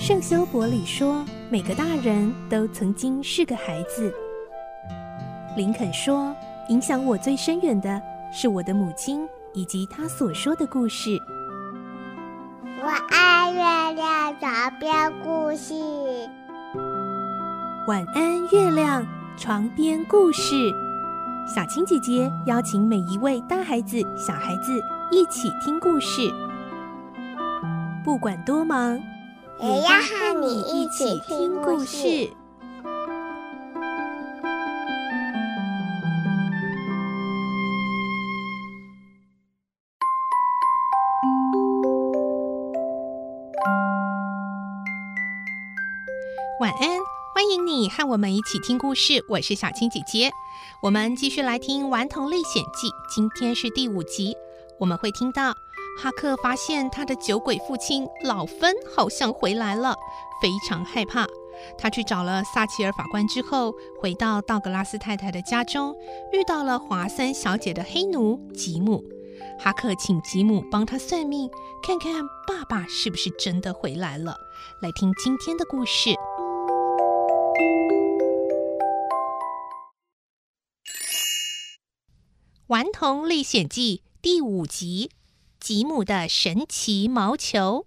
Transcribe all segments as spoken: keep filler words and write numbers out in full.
圣修伯里说，每个大人都曾经是个孩子。林肯说，影响我最深远的是我的母亲以及她所说的故事。 我爱月亮床边故事。 晚安，月亮床边故事。小青姐姐邀请每一位大孩子、小孩子一起听故事，不管多忙， 也要和你一起听故事。 晚安，欢迎你和我们一起听故事，我是小青姐姐。我们继续来听《顽童历险记》，今天是第五集。我们会听到哈克发现他的酒鬼父亲老芬好像回来了，非常害怕。他去找了撒切尔法官之后，回到道格拉斯太太的家中，遇到了华森小姐的黑奴吉姆。哈克请吉姆帮他算命，看看爸爸是不是真的回来了。来听今天的故事。《顽童历险记》第五集，吉姆的神奇毛球。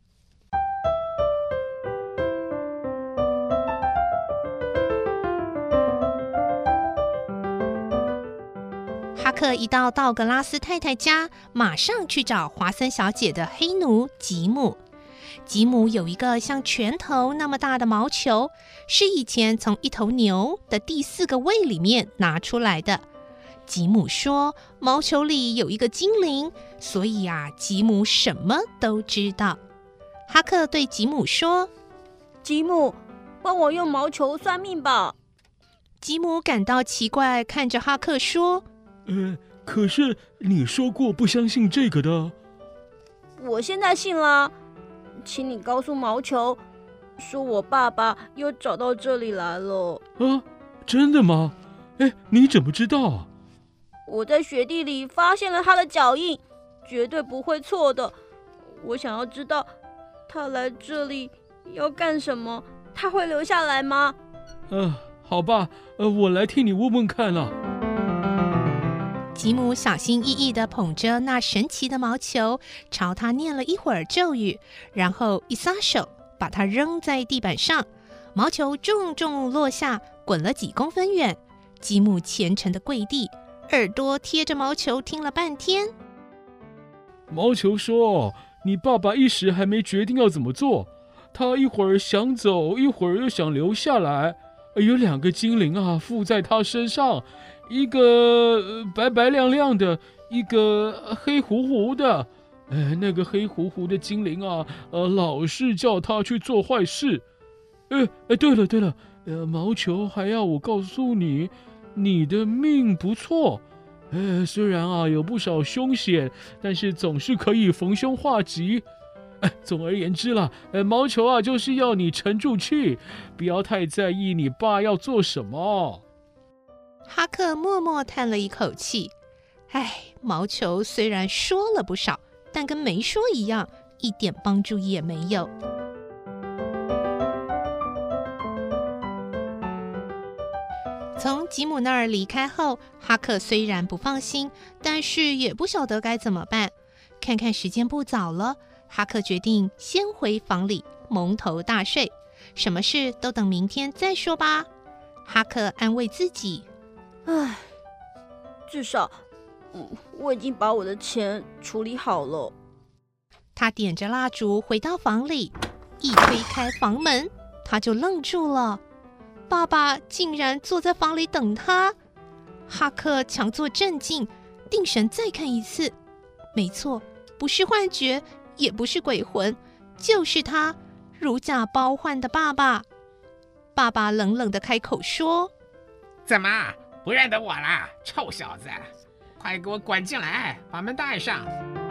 哈克一到道格拉斯太太家，马上去找华森小姐的黑奴吉姆。吉姆有一个像拳头那么大的毛球，是以前从一头牛的第四个胃里面拿出来的。吉姆说，毛球里有一个精灵，所以啊，吉姆什么都知道。哈克对吉姆说， 吉姆，帮我用毛球算命吧。 吉姆感到奇怪，看着哈克说， 呃，可是你说过不相信这个的。 我现在信了，请你告诉毛球，说我爸爸又找到这里来了。 啊，真的吗？哎，你怎么知道啊？ 我在雪地里发现了他的脚印，绝对不会错的。我想要知道，他来这里要干什么？他会留下来吗？ 呃，好吧，呃，我来替你问问看了。 吉姆小心翼翼地捧着那神奇的毛球，朝他念了一会儿咒语，然后一撒手，把它扔在地板上。毛球重重落下，滚了几公分远。吉姆虔诚地跪地，耳朵贴着毛球听了半天。 毛球说，你爸爸一时还没决定要怎么做，他一会儿想走，一会儿又想留下来。有两个精灵啊附在他身上，一个白白亮亮的，一个黑乎乎的。呃，那个黑乎乎的精灵啊，呃，老是叫他去做坏事。呃，哎，对了对了，呃，毛球还要我告诉你，你的命不错。呃，虽然啊有不少凶险，但是总是可以逢凶化吉。哎，总而言之啦，呃，毛球啊就是要你沉住气，不要太在意你爸要做什么。 哈克默默叹了一口气，哎，毛球虽然说了不少，但跟没说一样，一点帮助也没有。从吉姆那儿离开后，哈克虽然不放心，但是也不晓得该怎么办。看看时间不早了，哈克决定先回房里蒙头大睡，什么事都等明天再说吧。哈克安慰自己， 唉，至少，嗯，我已经把我的钱处理好了。 他点着蜡烛回到房里，一推开房门，他就愣住了。爸爸竟然坐在房里等他。哈克强作镇静，定神再看一次，没错，不是幻觉，也不是鬼魂，就是他，如假包换的爸爸。爸爸冷冷地开口说， 怎么不认得我啦，臭小子，快给我滚进来，把门带上。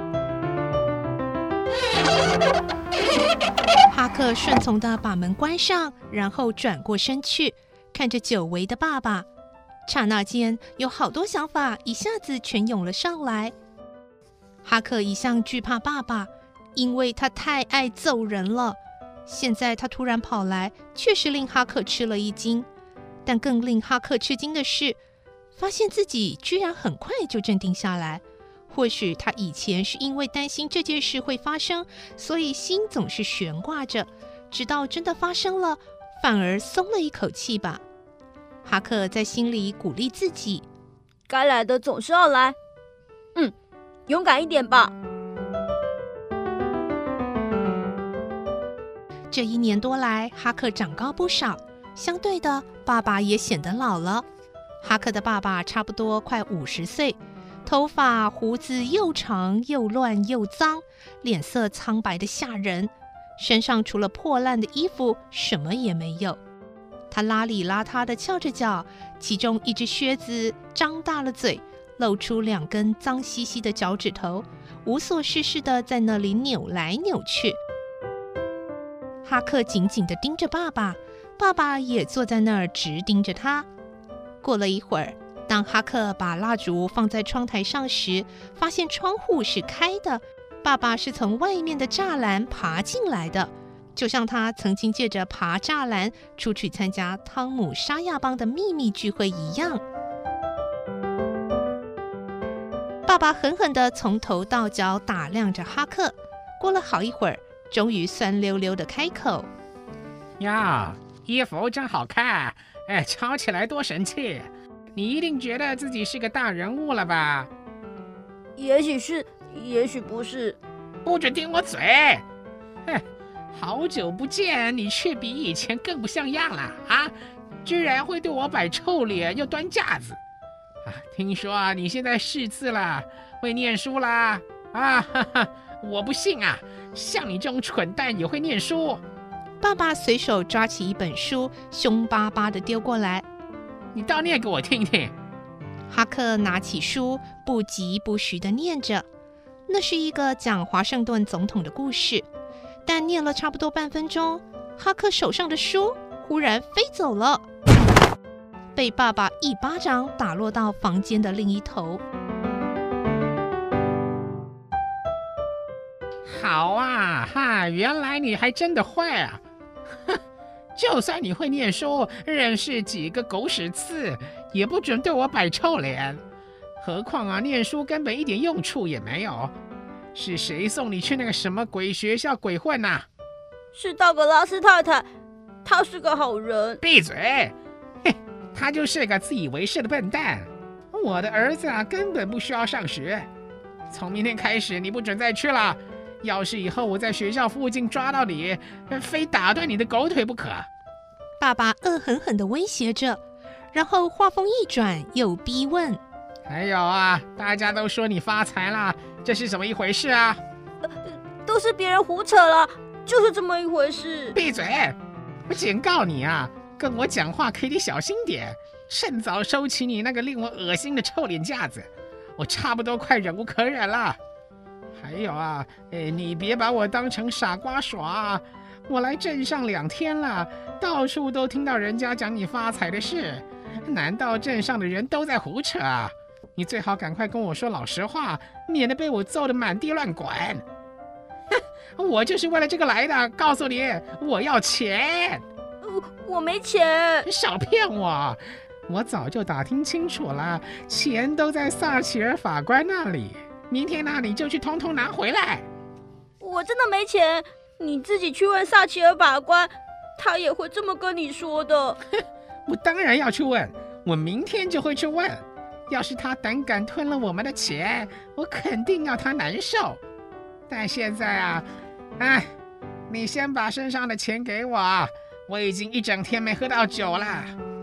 哈克顺从地把门关上，然后转过身去，看着久违的爸爸。刹那间，有好多想法一下子全涌了上来。哈克一向惧怕爸爸，因为他太爱揍人了。 现在他突然跑来，确实令哈克吃了一惊。但更令哈克吃惊的是，发现自己居然很快就镇定下来。或许他以前是因为担心这件事会发生，所以心总是悬挂着，直到真的发生了，反而松了一口气吧。哈克在心里鼓励自己， 该来的总是要来，嗯，勇敢一点吧。 这一年多来，哈克长高不少，相对的，爸爸也显得老了。哈克的爸爸差不多快五十岁，头发胡子又长又乱又脏，脸色苍白的吓人，身上除了破烂的衣服，什么也没有。他邋里邋遢地翘着脚，其中一只靴子张大了嘴，露出两根脏兮兮的脚趾头，无所事事地在那里扭来扭去。哈克紧紧地盯着爸爸，爸爸也坐在那儿直盯着他。过了一会儿，当哈克把蜡烛放在窗台上时，发现窗户是开的，爸爸是从外面的栅栏爬进来的，就像他曾经借着爬栅栏出去参加汤姆沙亚邦的秘密聚会一样。爸爸狠狠地从头到脚打量着哈克，过了好一会儿，终于酸溜溜地开口： 呀，衣服真好看，哎，瞧起来多神气！你一定觉得自己是个大人物了吧？ 也许是，也许不是。 不准顶我嘴！哼，好久不见，你却比以前更不像样了啊！居然会对我摆臭脸，又端架子啊！听说啊，你现在识字了，会念书啦？啊哈哈，我不信啊！像你这种蠢蛋也会念书？ 爸爸随手抓起一本书，凶巴巴地丢过来。 你倒念给我听听。 哈克拿起书，不疾不徐地念着。那是一个讲华盛顿总统的故事，但念了差不多半分钟，哈克手上的书忽然飞走了，被爸爸一巴掌打落到房间的另一头。 好啊，哈，原来你还真的会啊！哼，就算你会念书，认识几个狗屎字，也不准对我摆臭脸。何况啊，念书根本一点用处也没有。是谁送你去那个什么鬼学校鬼混啊？ 是道格拉斯太太，她是个好人。 闭嘴！嘿，他就是个自以为是的笨蛋。我的儿子啊，根本不需要上学。从明天开始，你不准再去了。要是以后我在学校附近抓到你，非打断你的狗腿不可。 爸爸恶狠狠地威胁着，然后话锋一转，又逼问： 还有啊，大家都说你发财了，这是怎么一回事啊？ 呃，都是别人胡扯了，就是这么一回事。 闭嘴！我警告你啊，跟我讲话可以小心点，趁早收起你那个令我恶心的臭脸架子，我差不多快忍无可忍了。还有啊，哎，你别把我当成傻瓜耍。我来镇上两天了，到处都听到人家讲你发财的事，难道镇上的人都在胡扯啊？你最好赶快跟我说老实话，免得被我揍得满地乱滚。哼，我就是为了这个来的，告诉你，我要钱。 我我没钱。 少骗我！我早就打听清楚了，钱都在撒切尔法官那里。明天呢，你就去通通拿回来。 我真的没钱，你自己去问撒切尔法官，他也会这么跟你说的。 我当然要去问，我明天就会去问。要是他胆敢吞了我们的钱，我肯定要他难受。但现在啊，哎，你先把身上的钱给我，我已经一整天没喝到酒了。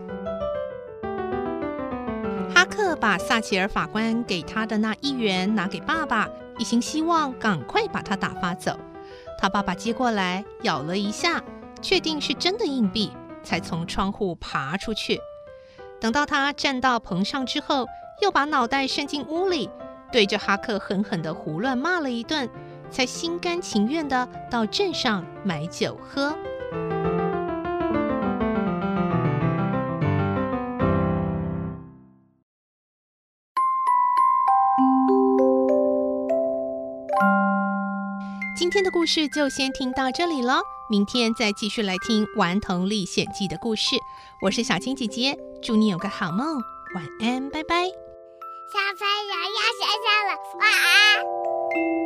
哈克把撒切尔法官给他的那一元拿给爸爸，一心希望赶快把他打发走。他爸爸接过来咬了一下，确定是真的硬币，才从窗户爬出去。等到他站到棚上之后，又把脑袋伸进屋里，对着哈克狠狠地胡乱骂了一顿，才心甘情愿地到镇上买酒喝。今天的故事就先听到这里了， 明天再继续来听《顽童历险记》的故事。我是小青姐姐，祝你有个好梦，晚安，拜拜。 小朋友要睡觉了，晚安。